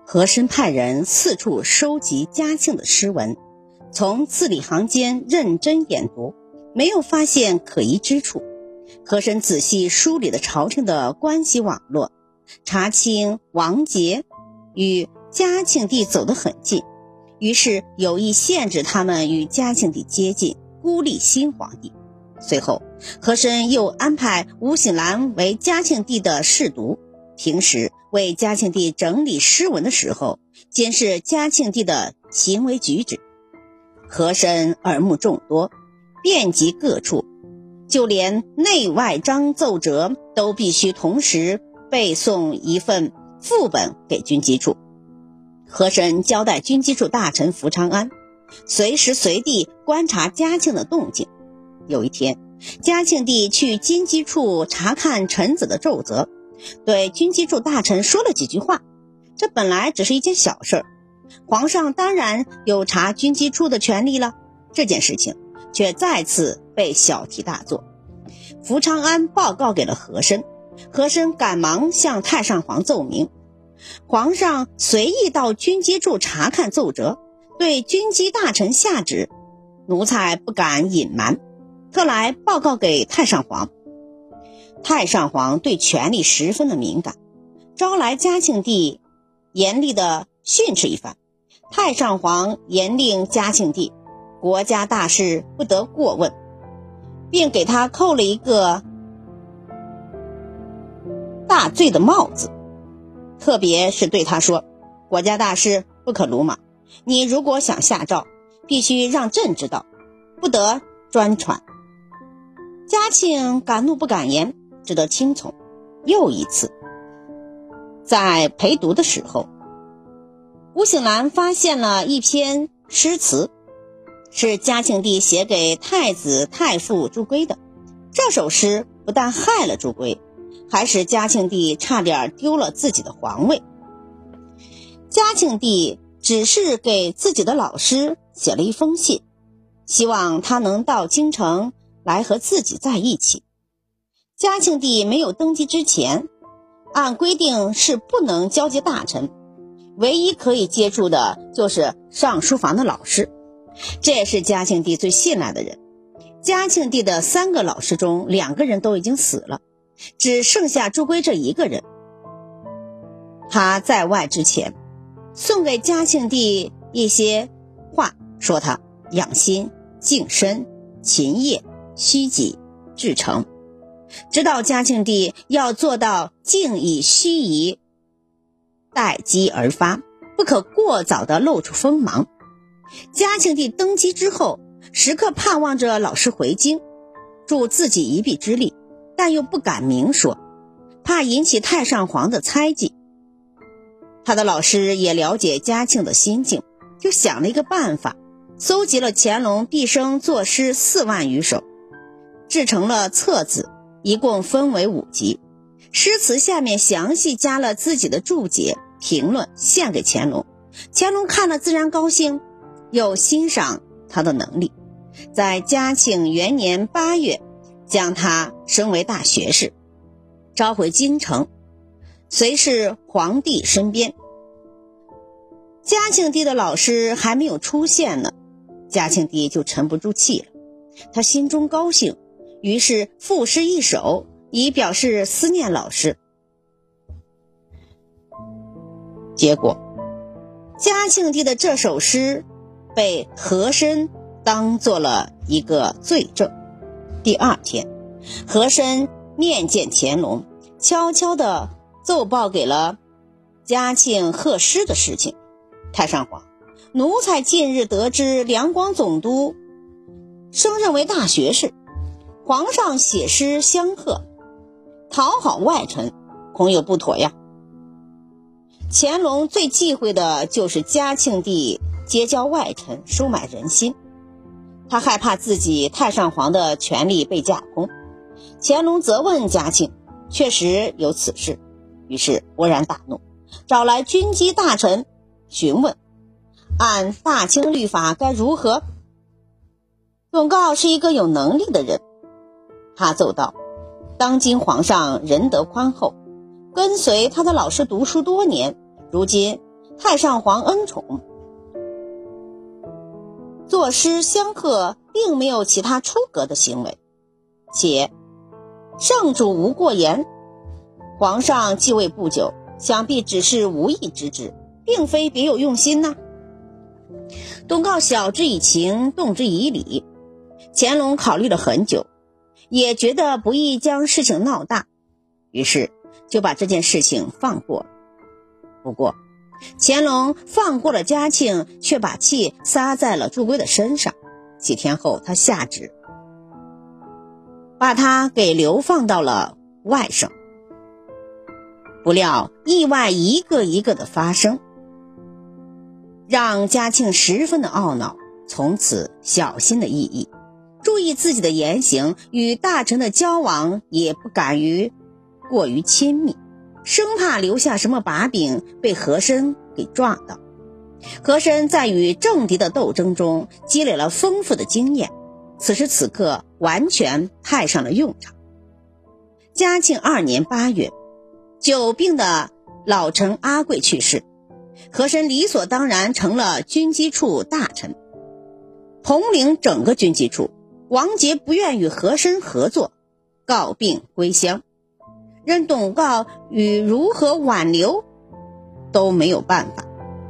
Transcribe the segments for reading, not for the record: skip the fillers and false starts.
和珅派人四处收集嘉庆的诗文，从字里行间认真研读，没有发现可疑之处。和珅仔细梳理了朝廷的关系网络，查清王杰与嘉庆帝走得很近，于是有意限制他们与嘉庆帝接近，孤立新皇帝。随后和珅又安排吴醒兰为嘉庆帝的侍读，平时为嘉庆帝整理诗文的时候，监视嘉庆帝的行为举止。和珅耳目众多，遍及各处，就连内外章奏折都必须同时背诵一份副本给军机处。和珅交代军机处大臣福长安随时随地观察嘉庆的动静。有一天，嘉庆帝去军机处查看臣子的奏折，对军机处大臣说了几句话。这本来只是一件小事，皇上当然有查军机处的权利了，这件事情却再次被小题大做。福长安报告给了和珅，和珅赶忙向太上皇奏明，皇上随意到军机处查看奏折，对军机大臣下旨，奴才不敢隐瞒，特来报告给太上皇。太上皇对权力十分的敏感，招来嘉庆帝严厉的训斥一番。太上皇严令嘉庆帝国家大事不得过问，并给他扣了一个大罪的帽子，特别是对他说，国家大事不可鲁莽，你如果想下诏，必须让朕知道，不得专传。嘉庆敢怒不敢言，只得听从。又一次，在陪读的时候，吴醒兰发现了一篇诗词，是嘉庆帝写给太子太傅朱圭的。这首诗不但害了朱圭，还使嘉庆帝差点丢了自己的皇位。嘉庆帝只是给自己的老师写了一封信，希望他能到京城来和自己在一起。嘉庆帝没有登基之前，按规定是不能交接大臣，唯一可以接触的就是上书房的老师，这也是嘉庆帝最信赖的人。嘉庆帝的3个老师中2个人都已经死了，只剩下朱圭这一个人。他在外之前送给嘉庆帝一些话，说他养心、静身、勤业、虚己、至诚，知道嘉庆帝要做到静以虚仪，待机而发，不可过早地露出锋芒。嘉庆帝登基之后，时刻盼望着老师回京，助自己一臂之力，但又不敢明说，怕引起太上皇的猜忌。他的老师也了解嘉庆的心境，就想了一个办法，搜集了乾隆毕生作诗4万余首，制成了册子，一共分为5集。诗词下面详细加了自己的注解评论，献给乾隆。乾隆看了自然高兴，又欣赏他的能力，在嘉庆元年8月将他升为大学士，召回京城，随侍皇帝身边。嘉庆帝的老师还没有出现呢，嘉庆帝就沉不住气了，他心中高兴，于是赋诗一首，以表示思念老师。结果嘉庆帝的这首诗被和珅当做了一个罪证。第2天，和珅面见乾隆，悄悄地奏报给了嘉庆贺诗的事情。太上皇，奴才近日得知两广总督升任为大学士，皇上写诗相贺，讨好外臣，恐有不妥呀。乾隆最忌讳的就是嘉庆帝结交外臣，收买人心，他害怕自己太上皇的权力被架空。乾隆责问嘉庆，确实有此事，于是勃然大怒，找来军机大臣询问，按大清律法该如何？永诰是一个有能力的人，他奏道，当今皇上仁德宽厚，跟随他的老师读书多年，如今太上皇恩宠。作诗相贺并没有其他出格的行为，且圣主无过言，皇上继位不久，想必只是无意之至，并非别有用心呐。董诰晓之以情，动之以理，乾隆考虑了很久，也觉得不宜将事情闹大，于是就把这件事情放过了。不过乾隆放过了嘉庆，却把气撒在了朱圭的身上。几天后，他下旨把他给流放到了外省。不料意外一个一个的发生，让嘉庆十分的懊恼，从此小心的翼翼，注意自己的言行，与大臣的交往也不敢于过于亲密，生怕留下什么把柄被和珅给撞到。和珅在与政敌的斗争中积累了丰富的经验，此时此刻完全派上了用场。嘉庆2年8月，久病的老臣阿贵去世，和珅理所当然成了军机处大臣，统领整个军机处。王杰不愿与和珅合作，告病归乡，任董诰与如何挽留都没有办法。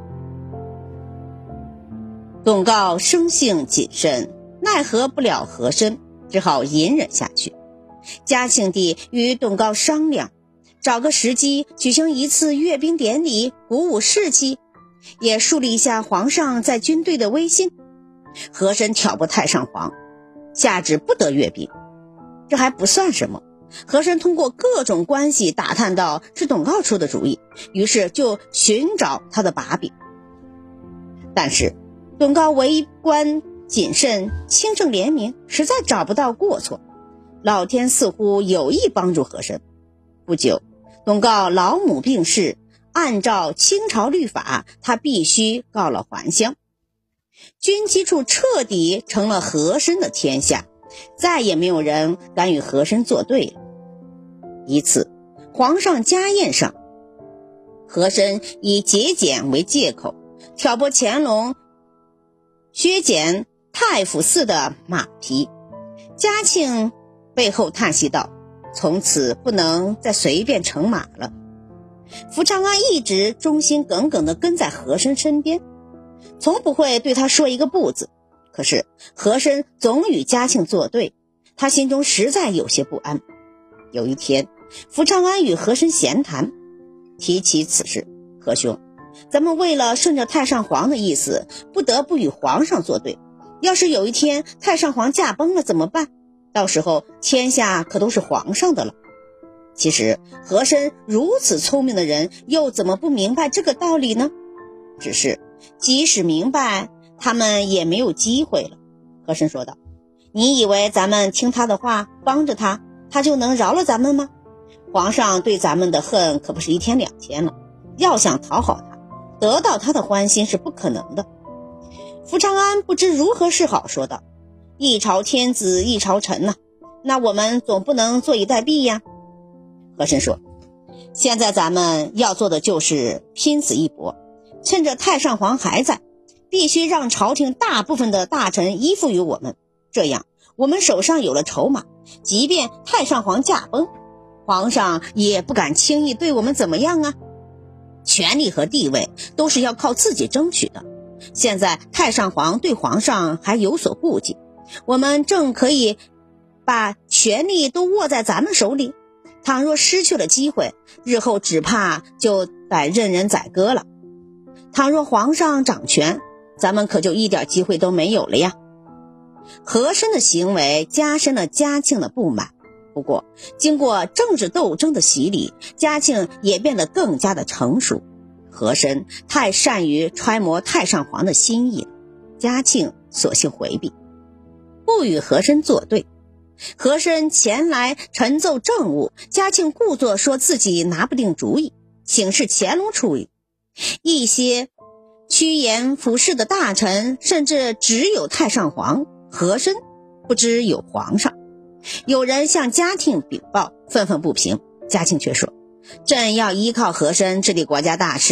董诰生性谨慎，奈何不了和珅，只好隐忍下去。嘉庆帝与董诰商量，找个时机举行一次阅兵典礼，鼓舞士气，也树立一下皇上在军队的威信。和珅挑拨太上皇，下旨不得阅兵。这还不算什么，和珅通过各种关系打探到是董诰出的主意，于是就寻找他的把柄。但是董诰为官谨慎，清正廉明，实在找不到过错。老天似乎有意帮助和珅。不久，董诰老母病逝，按照清朝律法，他必须告老还乡。军机处彻底成了和珅的天下，再也没有人敢与和珅作对了。一次皇上家宴上，和珅以节俭为借口，挑拨乾隆削减太府寺的马匹。嘉庆背后叹息道，从此不能再随便乘马了。福长安一直忠心耿耿地跟在和珅身边，从不会对他说一个不字。可是和珅总与嘉庆作对，他心中实在有些不安。有一天，福长安与和珅闲谈，提起此事，和兄，咱们为了顺着太上皇的意思，不得不与皇上作对。要是有一天太上皇驾崩了怎么办？到时候天下可都是皇上的了。其实和珅如此聪明的人，又怎么不明白这个道理呢？只是即使明白，他们也没有机会了。和珅说道，你以为咱们听他的话，帮着他，他就能饶了咱们吗？皇上对咱们的恨可不是1天2天了，要想讨好他，得到他的欢心是不可能的。福长安不知如何是好，说道，一朝天子一朝臣呐，那我们总不能坐以待毙呀。和珅说，现在咱们要做的就是拼死一搏，趁着太上皇还在，必须让朝廷大部分的大臣依附于我们，这样我们手上有了筹码，即便太上皇驾崩，皇上也不敢轻易对我们怎么样啊。权力和地位都是要靠自己争取的，现在太上皇对皇上还有所顾忌，我们正可以把权力都握在咱们手里，倘若失去了机会，日后只怕就得任人宰割了。倘若皇上掌权，咱们可就一点机会都没有了呀。和珅的行为加深了嘉庆的不满，不过经过政治斗争的洗礼，嘉庆也变得更加的成熟。和珅太善于揣摩太上皇的心意了，嘉庆索性回避，不与和珅作对。和珅前来陈奏政务，嘉庆故作说自己拿不定主意，请示乾隆处理。一些趋炎附势的大臣甚至只有太上皇，和珅不知有皇上。有人向嘉庆禀报，愤愤不平，嘉庆却说，朕要依靠和珅治理国家大事，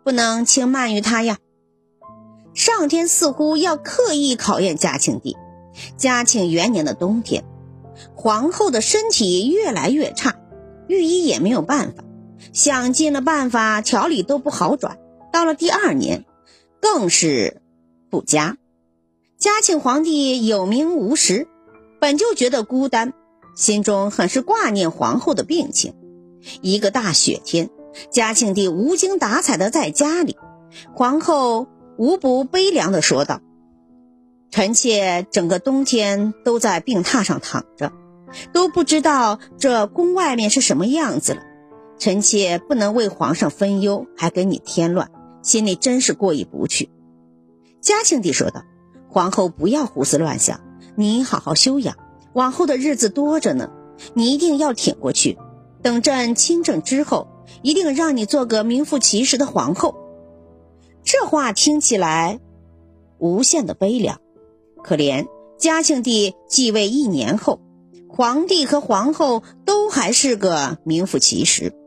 不能轻慢于他呀。上天似乎要刻意考验嘉庆帝。嘉庆元年的冬天，皇后的身体越来越差，御医也没有办法，想尽了办法，调理都不好转。到了第2年，更是不佳。嘉庆皇帝有名无实，本就觉得孤单，心中很是挂念皇后的病情。一个大雪天，嘉庆帝无精打采地在家里，皇后无不悲凉地说道：臣妾整个冬天都在病榻上躺着，都不知道这宫外面是什么样子了。臣妾不能为皇上分忧，还给你添乱，心里真是过意不去。嘉庆帝说道：皇后不要胡思乱想，你好好休养，往后的日子多着呢，你一定要挺过去，等朕亲政之后，一定让你做个名副其实的皇后。这话听起来无限的悲凉。可怜嘉庆帝继位1年后，皇帝和皇后都还是个名副其实。